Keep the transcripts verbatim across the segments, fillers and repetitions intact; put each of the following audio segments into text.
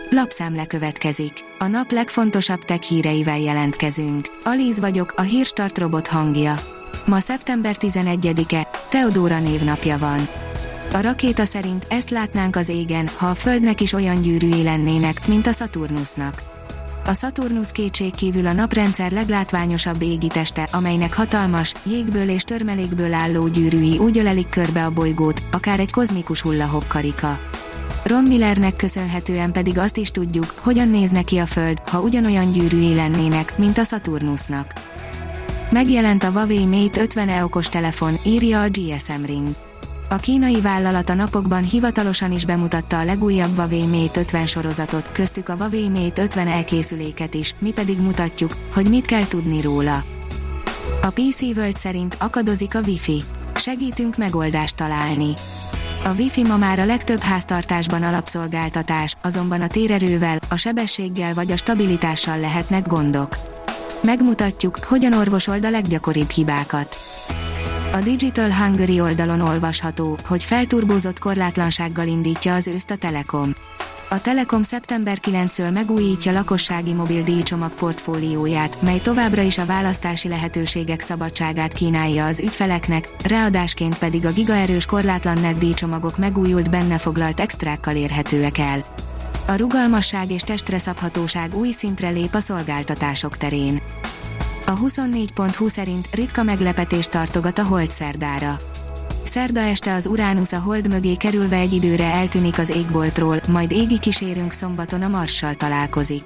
Lapszemle következik. A nap legfontosabb tech híreivel jelentkezünk. Alíz vagyok, a Hírstart robot hangja. Ma szeptember tizenegyedike, Teodóra névnapja van. A rakéta szerint ezt látnánk az égen, ha a Földnek is olyan gyűrűi lennének, mint a Szaturnusznak. A Szaturnusz kétségkívül a naprendszer leglátványosabb égiteste, amelynek hatalmas, jégből és törmelékből álló gyűrűi úgy ölelik körbe a bolygót, akár egy kozmikus hullahokkarika. Ron Millernek köszönhetően pedig azt is tudjuk, hogyan néz neki a Föld, ha ugyanolyan gyűrűi lennének, mint a Szaturnusznak. Megjelent a Huawei Mate ötven e okostelefon, írja a gé es em Ring. A kínai vállalat a napokban hivatalosan is bemutatta a legújabb Huawei Mate ötven sorozatot, köztük a Huawei Mate ötven e készüléket is, mi pedig mutatjuk, hogy mit kell tudni róla. A pé cé World szerint akadozik a Wi-Fi. Segítünk megoldást találni. A Wi-Fi ma már a legtöbb háztartásban alapszolgáltatás, azonban a térerővel, a sebességgel vagy a stabilitással lehetnek gondok. Megmutatjuk, hogyan orvosold a leggyakoribb hibákat. A Digital Hungary oldalon olvasható, hogy felturbózott korlátlansággal indítja az őszt a Telekom. A Telekom szeptember kilencedikétől megújítja lakossági mobil díjcsomag portfólióját, mely továbbra is a választási lehetőségek szabadságát kínálja az ügyfeleknek, ráadásként pedig a gigaerős korlátlan net díjcsomagok megújult benne foglalt extrákkal érhetőek el. A rugalmasság és testre szabhatóság új szintre lép a szolgáltatások terén. A huszonnégy pont hu szerint ritka meglepetést tartogat a hold szerdára. Szerda este az Uránusz a hold mögé kerülve egy időre eltűnik az égboltról, majd égi kísérünk szombaton a Marssal találkozik.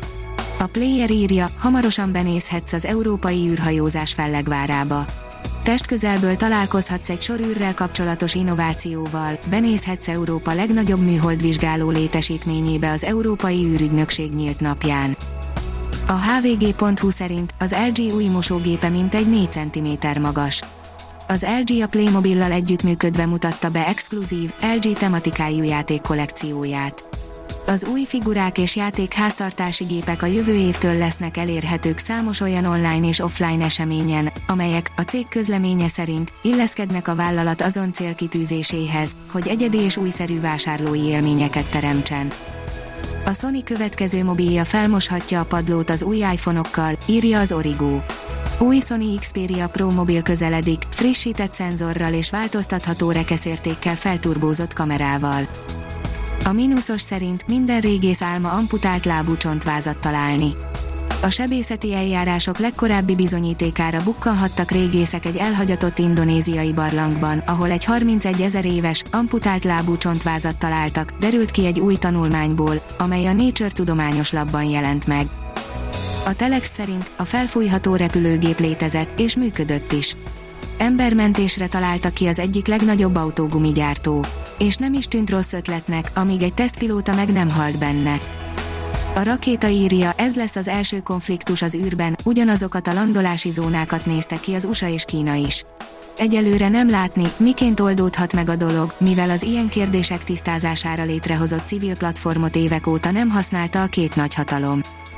A Player írja, hamarosan benézhetsz az európai űrhajózás fellegvárába. Testközelből találkozhatsz egy sor űrrel kapcsolatos innovációval, benézhetsz Európa legnagyobb műholdvizsgáló létesítményébe az Európai űrügynökség nyílt napján. A há vé gé pont hu szerint az el gé új mosógépe mintegy négy centiméter magas. Az el gé a Playmobillal együttműködve mutatta be exkluzív, el gé tematikájú játékkollekcióját. Az új figurák és játék háztartási gépek a jövő évtől lesznek elérhetők számos olyan online és offline eseményen, amelyek, a cég közleménye szerint, illeszkednek a vállalat azon célkitűzéséhez, hogy egyedi és újszerű vásárlói élményeket teremtsen. A Sony következő mobilja felmoshatja a padlót az új iPhone-okkal, írja az Origo. Új Sony Xperia Pro mobil közeledik, frissített szenzorral és változtatható rekeszértékkel felturbózott kamerával. A mínuszos szerint minden régész álma amputált lábú csontvázat találni. A sebészeti eljárások legkorábbi bizonyítékára bukkanhattak régészek egy elhagyatott indonéziai barlangban, ahol egy harmincegyezer éves, amputált lábú csontvázat találtak, derült ki egy új tanulmányból, amely a Nature tudományos labban jelent meg. A Telex szerint a felfújható repülőgép létezett, és működött is. Embermentésre találta ki az egyik legnagyobb autógumigyártó. És nem is tűnt rossz ötletnek, amíg egy tesztpilóta meg nem halt benne. A rakéta írja, ez lesz az első konfliktus az űrben, ugyanazokat a landolási zónákat nézte ki az u es á és Kína is. Egyelőre nem látni, miként oldódhat meg a dolog, mivel az ilyen kérdések tisztázására létrehozott civil platformot évek óta nem használta a két nagyhatalom.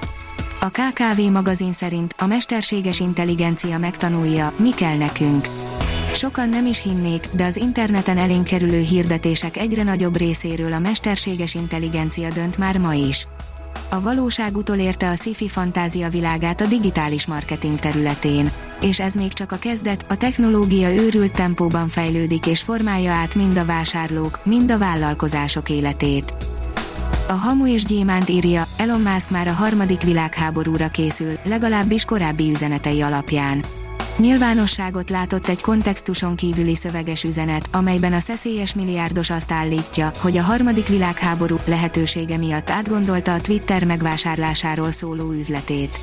A ká ká vé magazin szerint a mesterséges intelligencia megtanulja, mi kell nekünk. Sokan nem is hinnék, de az interneten elénk kerülő hirdetések egyre nagyobb részéről a mesterséges intelligencia dönt már ma is. A valóság utolérte a sci-fi fantázia világát a digitális marketing területén. És ez még csak a kezdet, a technológia őrült tempóban fejlődik és formálja át mind a vásárlók, mind a vállalkozások életét. A Hamu és Gyémánt írja, Elon Musk már a harmadik világháborúra készül, legalábbis korábbi üzenetei alapján. Nyilvánosságot látott egy kontextuson kívüli szöveges üzenet, amelyben a szeszélyes milliárdos azt állítja, hogy a harmadik világháború lehetősége miatt átgondolta a Twitter megvásárlásáról szóló üzletét.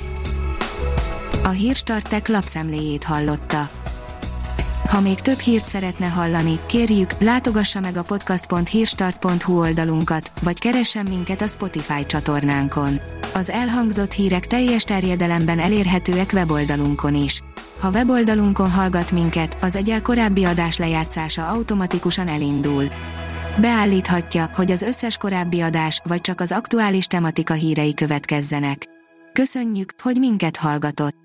A Hírstart Tech lapszemléjét hallotta. Ha még több hírt szeretne hallani, kérjük, látogassa meg a podcast pont hírstart pont hu oldalunkat, vagy keressen minket a Spotify csatornánkon. Az elhangzott hírek teljes terjedelemben elérhetőek weboldalunkon is. Ha weboldalunkon hallgat minket, az egyel korábbi adás lejátszása automatikusan elindul. Beállíthatja, hogy az összes korábbi adás, vagy csak az aktuális tematika hírei következzenek. Köszönjük, hogy minket hallgatott!